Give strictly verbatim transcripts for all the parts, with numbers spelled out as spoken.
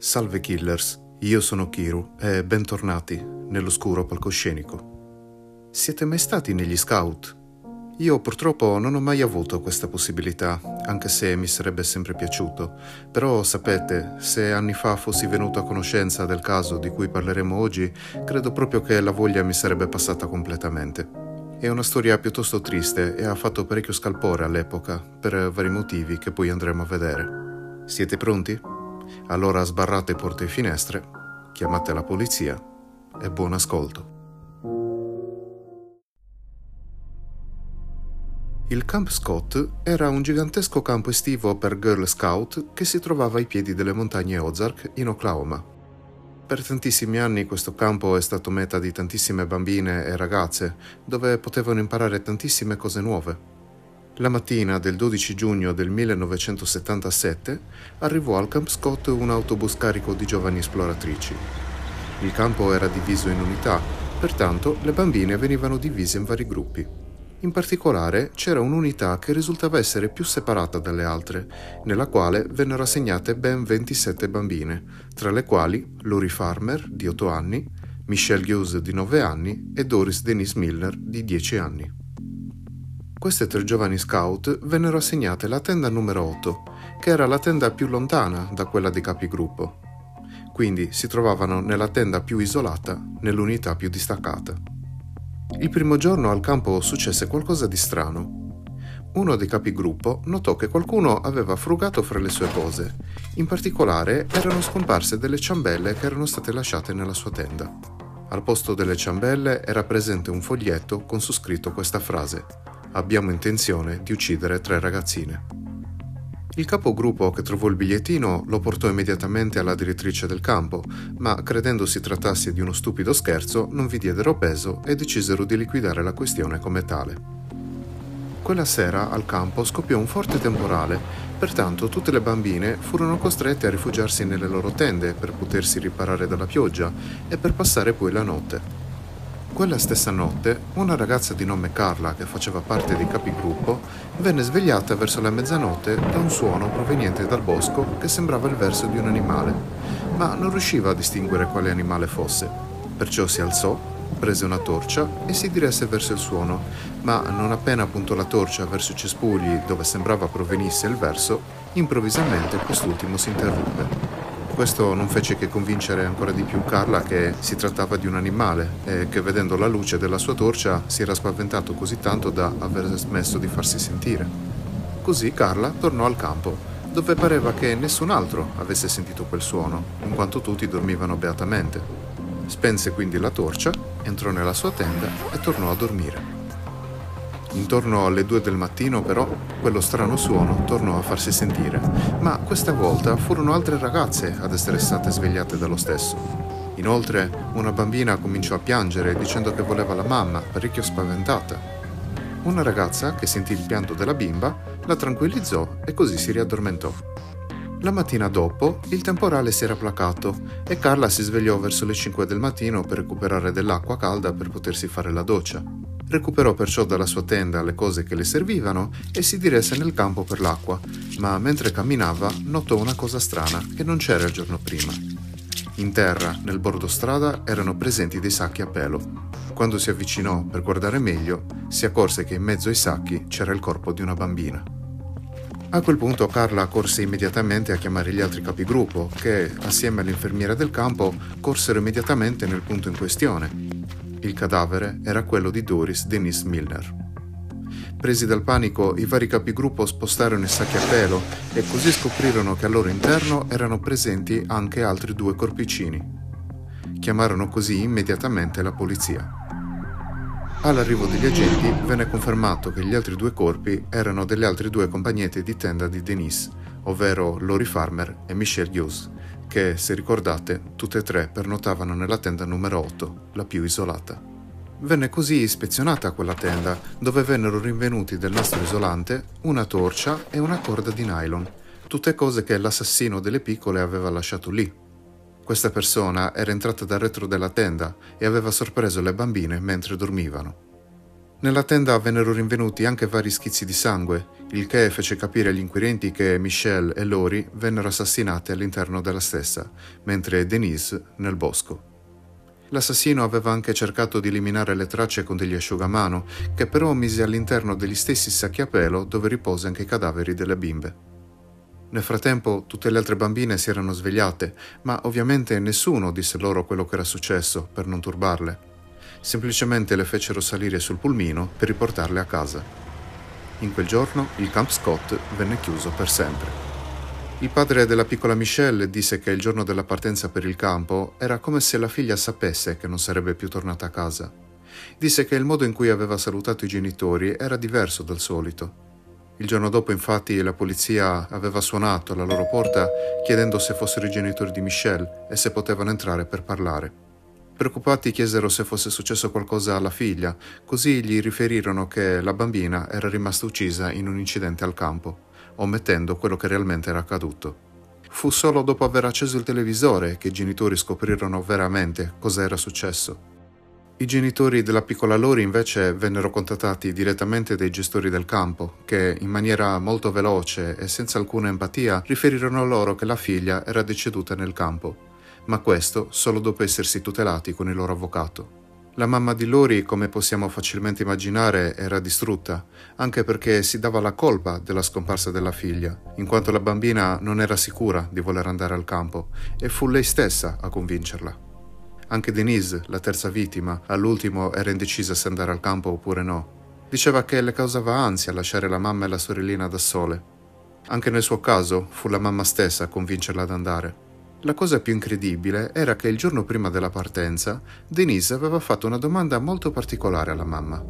Salve killers, io sono Kiru e bentornati nell'oscuro palcoscenico. Siete mai stati negli scout? Io purtroppo non ho mai avuto questa possibilità, anche se mi sarebbe sempre piaciuto. Però sapete, se anni fa fossi venuto a conoscenza del caso di cui parleremo oggi, credo proprio che la voglia mi sarebbe passata completamente. È una storia piuttosto triste e ha fatto parecchio scalpore all'epoca, per vari motivi che poi andremo a vedere. Siete pronti? Allora sbarrate porte e finestre, chiamate la polizia e buon ascolto. Il Camp Scott era un gigantesco campo estivo per Girl Scout che si trovava ai piedi delle montagne Ozark in Oklahoma. Per tantissimi anni questo campo è stato meta di tantissime bambine e ragazze, dove potevano imparare tantissime cose nuove. La mattina del dodici giugno del millenovecentosettantasette arrivò al Camp Scott un autobus carico di giovani esploratrici. Il campo era diviso in unità, pertanto le bambine venivano divise in vari gruppi. In particolare c'era un'unità che risultava essere più separata dalle altre, nella quale vennero assegnate ben ventisette bambine, tra le quali Lori Farmer, di otto anni, Michelle Hughes, di nove anni, e Doris Denise Miller, di dieci anni. Queste tre giovani scout vennero assegnate la tenda numero otto, che era la tenda più lontana da quella dei capigruppo. Quindi si trovavano nella tenda più isolata, nell'unità più distaccata. Il primo giorno al campo successe qualcosa di strano. Uno dei capigruppo notò che qualcuno aveva frugato fra le sue cose. In particolare erano scomparse delle ciambelle che erano state lasciate nella sua tenda. Al posto delle ciambelle era presente un foglietto con su scritto questa frase: "Abbiamo intenzione di uccidere tre ragazzine". Il capogruppo che trovò il bigliettino lo portò immediatamente alla direttrice del campo, ma credendo si trattasse di uno stupido scherzo non vi diedero peso e decisero di liquidare la questione come tale. Quella sera al campo scoppiò un forte temporale, pertanto tutte le bambine furono costrette a rifugiarsi nelle loro tende per potersi riparare dalla pioggia e per passare poi la notte. Quella stessa notte, una ragazza di nome Carla, che faceva parte dei capigruppo, venne svegliata verso la mezzanotte da un suono proveniente dal bosco che sembrava il verso di un animale, ma non riusciva a distinguere quale animale fosse. Perciò si alzò, prese una torcia e si diresse verso il suono, ma non appena puntò la torcia verso i cespugli dove sembrava provenisse il verso, improvvisamente quest'ultimo si interruppe. Questo non fece che convincere ancora di più Carla che si trattava di un animale e che vedendo la luce della sua torcia si era spaventato così tanto da aver smesso di farsi sentire. Così Carla tornò al campo, dove pareva che nessun altro avesse sentito quel suono, in quanto tutti dormivano beatamente. Spense quindi la torcia, entrò nella sua tenda e tornò a dormire. Intorno alle due del mattino, però, quello strano suono tornò a farsi sentire, ma questa volta furono altre ragazze ad essere state svegliate dallo stesso. Inoltre, una bambina cominciò a piangere dicendo che voleva la mamma, parecchio spaventata. Una ragazza, che sentì il pianto della bimba, la tranquillizzò e così si riaddormentò. La mattina dopo, il temporale si era placato e Carla si svegliò verso le cinque del mattino per recuperare dell'acqua calda per potersi fare la doccia. Recuperò perciò dalla sua tenda le cose che le servivano e si diresse nel campo per l'acqua, ma mentre camminava notò una cosa strana che non c'era il giorno prima. In terra, nel bordo strada, erano presenti dei sacchi a pelo. Quando si avvicinò per guardare meglio, si accorse che in mezzo ai sacchi c'era il corpo di una bambina. A quel punto Carla corse immediatamente a chiamare gli altri capigruppo, che, assieme all'infermiera del campo, corsero immediatamente nel punto in questione. Il cadavere era quello di Doris Denise Miller. Presi dal panico, i vari capigruppo spostarono i sacchi a pelo e così scoprirono che al loro interno erano presenti anche altri due corpicini. Chiamarono così immediatamente la polizia. All'arrivo degli agenti venne confermato che gli altri due corpi erano delle altre due compagnette di tenda di Denise, ovvero Lori Farmer e Michelle Hughes, che, se ricordate, tutte e tre pernotavano nella tenda numero otto, la più isolata. Venne così ispezionata quella tenda, dove vennero rinvenuti del nastro isolante, una torcia e una corda di nylon, tutte cose che l'assassino delle piccole aveva lasciato lì. Questa persona era entrata dal retro della tenda e aveva sorpreso le bambine mentre dormivano. Nella tenda vennero rinvenuti anche vari schizzi di sangue, il che fece capire agli inquirenti che Michelle e Lori vennero assassinate all'interno della stessa, mentre Denise nel bosco. L'assassino aveva anche cercato di eliminare le tracce con degli asciugamano, che però mise all'interno degli stessi sacchi a pelo dove riposa anche i cadaveri delle bimbe. Nel frattempo tutte le altre bambine si erano svegliate, ma ovviamente nessuno disse loro quello che era successo per non turbarle. Semplicemente le fecero salire sul pulmino per riportarle a casa. In quel giorno il Camp Scott venne chiuso per sempre. Il padre della piccola Michelle disse che il giorno della partenza per il campo era come se la figlia sapesse che non sarebbe più tornata a casa. Disse che il modo in cui aveva salutato i genitori era diverso dal solito. Il giorno dopo, infatti, la polizia aveva suonato alla loro porta chiedendo se fossero i genitori di Michelle e se potevano entrare per parlare. Preoccupati chiesero se fosse successo qualcosa alla figlia, così gli riferirono che la bambina era rimasta uccisa in un incidente al campo, omettendo quello che realmente era accaduto. Fu solo dopo aver acceso il televisore che i genitori scoprirono veramente cosa era successo. I genitori della piccola Lori invece vennero contattati direttamente dai gestori del campo, che in maniera molto veloce e senza alcuna empatia riferirono loro che la figlia era deceduta nel campo, ma questo solo dopo essersi tutelati con il loro avvocato. La mamma di Lori, come possiamo facilmente immaginare, era distrutta, anche perché si dava la colpa della scomparsa della figlia, in quanto la bambina non era sicura di voler andare al campo, e fu lei stessa a convincerla. Anche Denise, la terza vittima, all'ultimo era indecisa se andare al campo oppure no. Diceva che le causava ansia lasciare la mamma e la sorellina da sole. Anche nel suo caso fu la mamma stessa a convincerla ad andare. La cosa più incredibile era che il giorno prima della partenza, Denise aveva fatto una domanda molto particolare alla mamma.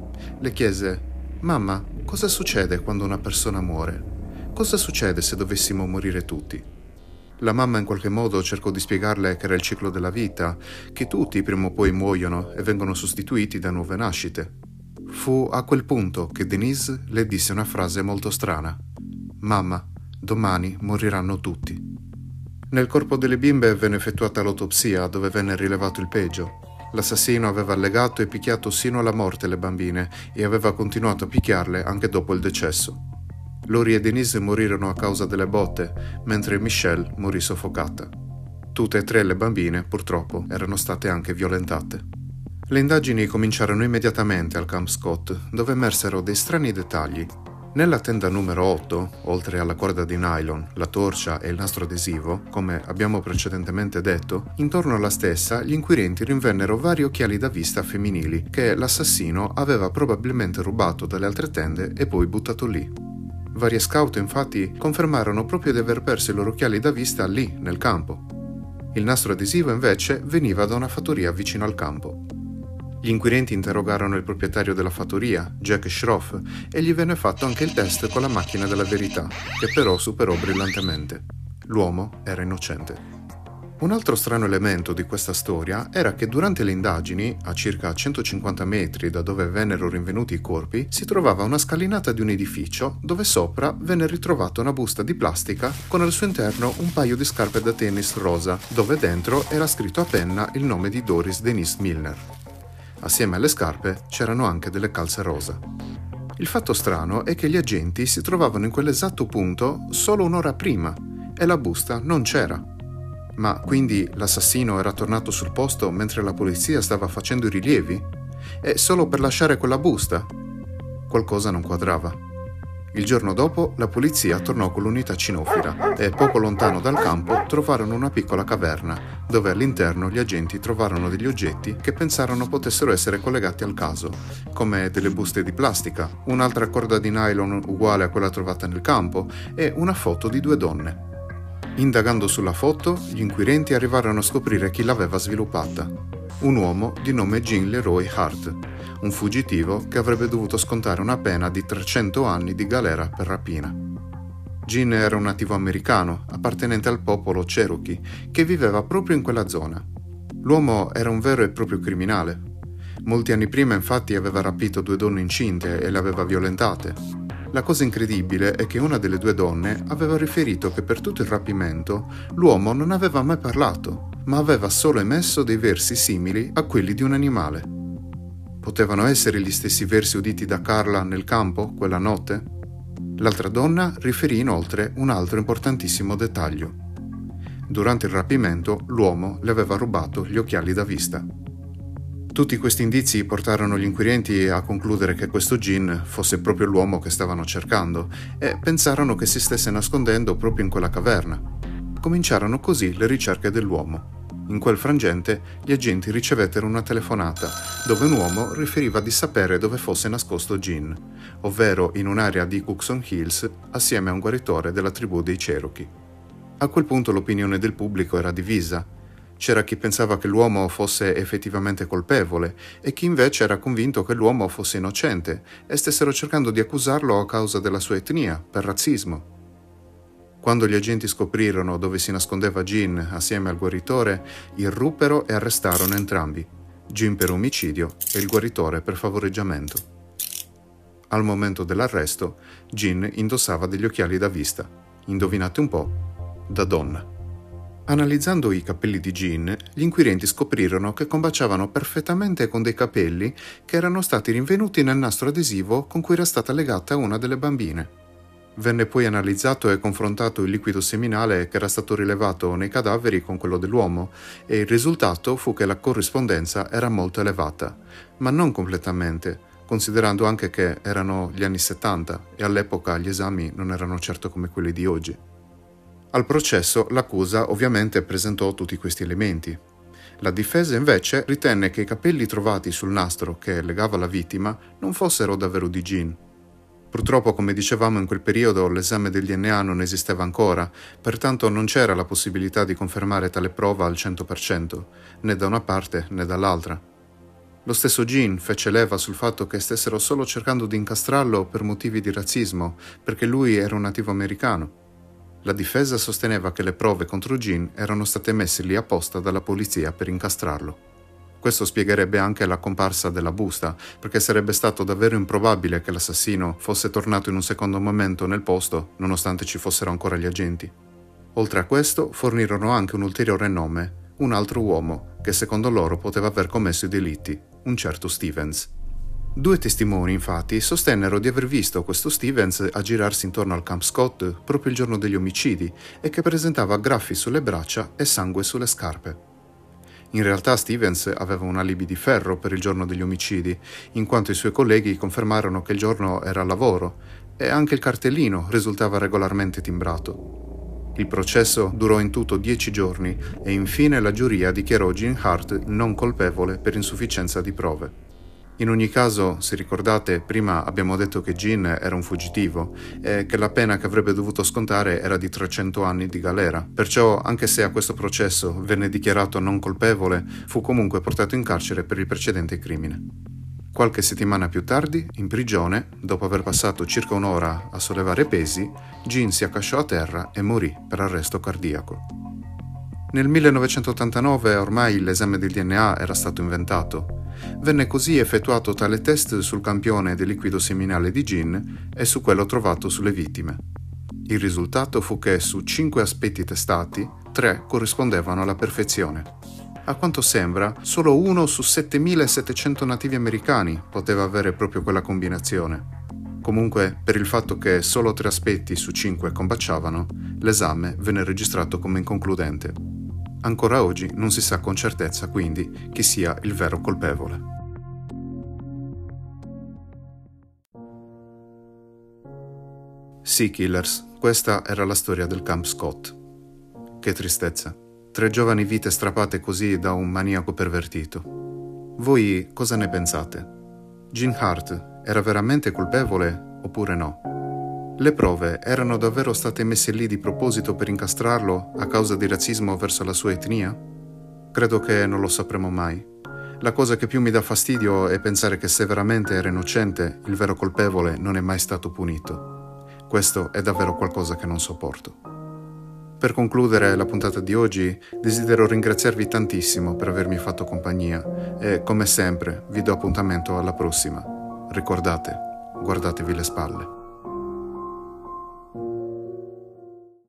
Le chiese: «Mamma, cosa succede quando una persona muore? Cosa succede se dovessimo morire tutti?» La mamma in qualche modo cercò di spiegarle che era il ciclo della vita, che tutti prima o poi muoiono e vengono sostituiti da nuove nascite. Fu a quel punto che Denise le disse una frase molto strana: «Mamma, domani moriranno tutti». Nel corpo delle bimbe venne effettuata l'autopsia, dove venne rilevato il peggio. L'assassino aveva legato e picchiato sino alla morte le bambine e aveva continuato a picchiarle anche dopo il decesso. Lori e Denise morirono a causa delle botte, mentre Michelle morì soffocata. Tutte e tre le bambine, purtroppo, erano state anche violentate. Le indagini cominciarono immediatamente al Camp Scott, dove emersero dei strani dettagli. Nella tenda numero otto, oltre alla corda di nylon, la torcia e il nastro adesivo, come abbiamo precedentemente detto, intorno alla stessa gli inquirenti rinvennero vari occhiali da vista femminili che l'assassino aveva probabilmente rubato dalle altre tende e poi buttato lì. Varie scout infatti confermarono proprio di aver perso i loro occhiali da vista lì, nel campo. Il nastro adesivo invece veniva da una fattoria vicino al campo. Gli inquirenti interrogarono il proprietario della fattoria, Jack Schroff, e gli venne fatto anche il test con la macchina della verità, che però superò brillantemente. L'uomo era innocente. Un altro strano elemento di questa storia era che durante le indagini, a circa centocinquanta metri da dove vennero rinvenuti i corpi, si trovava una scalinata di un edificio dove sopra venne ritrovata una busta di plastica con al suo interno un paio di scarpe da tennis rosa, dove dentro era scritto a penna il nome di Doris Denise Milner. Assieme alle scarpe c'erano anche delle calze rosa. Il fatto strano è che gli agenti si trovavano in quell'esatto punto solo un'ora prima e la busta non c'era. Ma quindi l'assassino era tornato sul posto mentre la polizia stava facendo i rilievi? E solo per lasciare quella busta? Qualcosa non quadrava. Il giorno dopo la polizia tornò con l'unità cinofila e poco lontano dal campo trovarono una piccola caverna, dove all'interno gli agenti trovarono degli oggetti che pensarono potessero essere collegati al caso, come delle buste di plastica, un'altra corda di nylon uguale a quella trovata nel campo e una foto di due donne. Indagando sulla foto, gli inquirenti arrivarono a scoprire chi l'aveva sviluppata. Un uomo di nome Jean Leroy Hart, un fuggitivo che avrebbe dovuto scontare una pena di trecento anni di galera per rapina. Jean era un nativo americano, appartenente al popolo Cherokee, che viveva proprio in quella zona. L'uomo era un vero e proprio criminale. Molti anni prima, infatti, aveva rapito due donne incinte e le aveva violentate. La cosa incredibile è che una delle due donne aveva riferito che per tutto il rapimento l'uomo non aveva mai parlato, ma aveva solo emesso dei versi simili a quelli di un animale. Potevano essere gli stessi versi uditi da Carla nel campo quella notte? L'altra donna riferì inoltre un altro importantissimo dettaglio. Durante il rapimento l'uomo le aveva rubato gli occhiali da vista. Tutti questi indizi portarono gli inquirenti a concludere che questo Gene fosse proprio l'uomo che stavano cercando e pensarono che si stesse nascondendo proprio in quella caverna. Cominciarono così le ricerche dell'uomo. In quel frangente gli agenti ricevettero una telefonata dove un uomo riferiva di sapere dove fosse nascosto Gene, ovvero in un'area di Cookson Hills assieme a un guaritore della tribù dei Cherokee. A quel punto l'opinione del pubblico era divisa. C'era chi pensava che l'uomo fosse effettivamente colpevole e chi invece era convinto che l'uomo fosse innocente e stessero cercando di accusarlo a causa della sua etnia, per razzismo. Quando gli agenti scoprirono dove si nascondeva Gene assieme al guaritore, irruppero e arrestarono entrambi, Gene per omicidio e il guaritore per favoreggiamento. Al momento dell'arresto, Gene indossava degli occhiali da vista, indovinate un po', da donna. Analizzando i capelli di Gene, gli inquirenti scoprirono che combaciavano perfettamente con dei capelli che erano stati rinvenuti nel nastro adesivo con cui era stata legata una delle bambine. Venne poi analizzato e confrontato il liquido seminale che era stato rilevato nei cadaveri con quello dell'uomo e il risultato fu che la corrispondenza era molto elevata, ma non completamente, considerando anche che erano gli anni settanta e all'epoca gli esami non erano certo come quelli di oggi. Al processo l'accusa ovviamente presentò tutti questi elementi. La difesa invece ritenne che i capelli trovati sul nastro che legava la vittima non fossero davvero di Gene. Purtroppo, come dicevamo, in quel periodo l'esame del D N A non esisteva ancora, pertanto non c'era la possibilità di confermare tale prova al cento per cento, né da una parte né dall'altra. Lo stesso Gene fece leva sul fatto che stessero solo cercando di incastrarlo per motivi di razzismo, perché lui era un nativo americano. La difesa sosteneva che le prove contro Gene erano state messe lì apposta dalla polizia per incastrarlo. Questo spiegherebbe anche la comparsa della busta, perché sarebbe stato davvero improbabile che l'assassino fosse tornato in un secondo momento nel posto, nonostante ci fossero ancora gli agenti. Oltre a questo, fornirono anche un ulteriore nome, un altro uomo, che secondo loro poteva aver commesso i delitti, un certo Stevens. Due testimoni, infatti, sostennero di aver visto questo Stevens aggirarsi intorno al Camp Scott proprio il giorno degli omicidi e che presentava graffi sulle braccia e sangue sulle scarpe. In realtà Stevens aveva un alibi di ferro per il giorno degli omicidi, in quanto i suoi colleghi confermarono che il giorno era al lavoro e anche il cartellino risultava regolarmente timbrato. Il processo durò in tutto dieci giorni e infine la giuria dichiarò Gene Hart non colpevole per insufficienza di prove. In ogni caso, se ricordate, prima abbiamo detto che Gene era un fuggitivo e che la pena che avrebbe dovuto scontare era di trecento anni di galera. Perciò, anche se a questo processo venne dichiarato non colpevole, fu comunque portato in carcere per il precedente crimine. Qualche settimana più tardi, in prigione, dopo aver passato circa un'ora a sollevare pesi, Gene si accasciò a terra e morì per arresto cardiaco. Nel millenovecentottantanove ormai l'esame del D N A era stato inventato. Venne così effettuato tale test sul campione del liquido seminale di Gene e su quello trovato sulle vittime. Il risultato fu che su cinque aspetti testati, tre corrispondevano alla perfezione. A quanto sembra, solo uno su settemilasettecento nativi americani poteva avere proprio quella combinazione. Comunque, per il fatto che solo tre aspetti su cinque combaciavano, l'esame venne registrato come inconcludente. Ancora oggi non si sa con certezza, quindi, chi sia il vero colpevole. Sì, Killers, questa era la storia del Camp Scott. Che tristezza. Tre giovani vite strappate così da un maniaco pervertito. Voi cosa ne pensate? Gene Hart era veramente colpevole oppure no? Le prove erano davvero state messe lì di proposito per incastrarlo a causa di razzismo verso la sua etnia? Credo che non lo sapremo mai. La cosa che più mi dà fastidio è pensare che se veramente era innocente, il vero colpevole non è mai stato punito. Questo è davvero qualcosa che non sopporto. Per concludere la puntata di oggi, desidero ringraziarvi tantissimo per avermi fatto compagnia e, come sempre, vi do appuntamento alla prossima. Ricordate, guardatevi le spalle.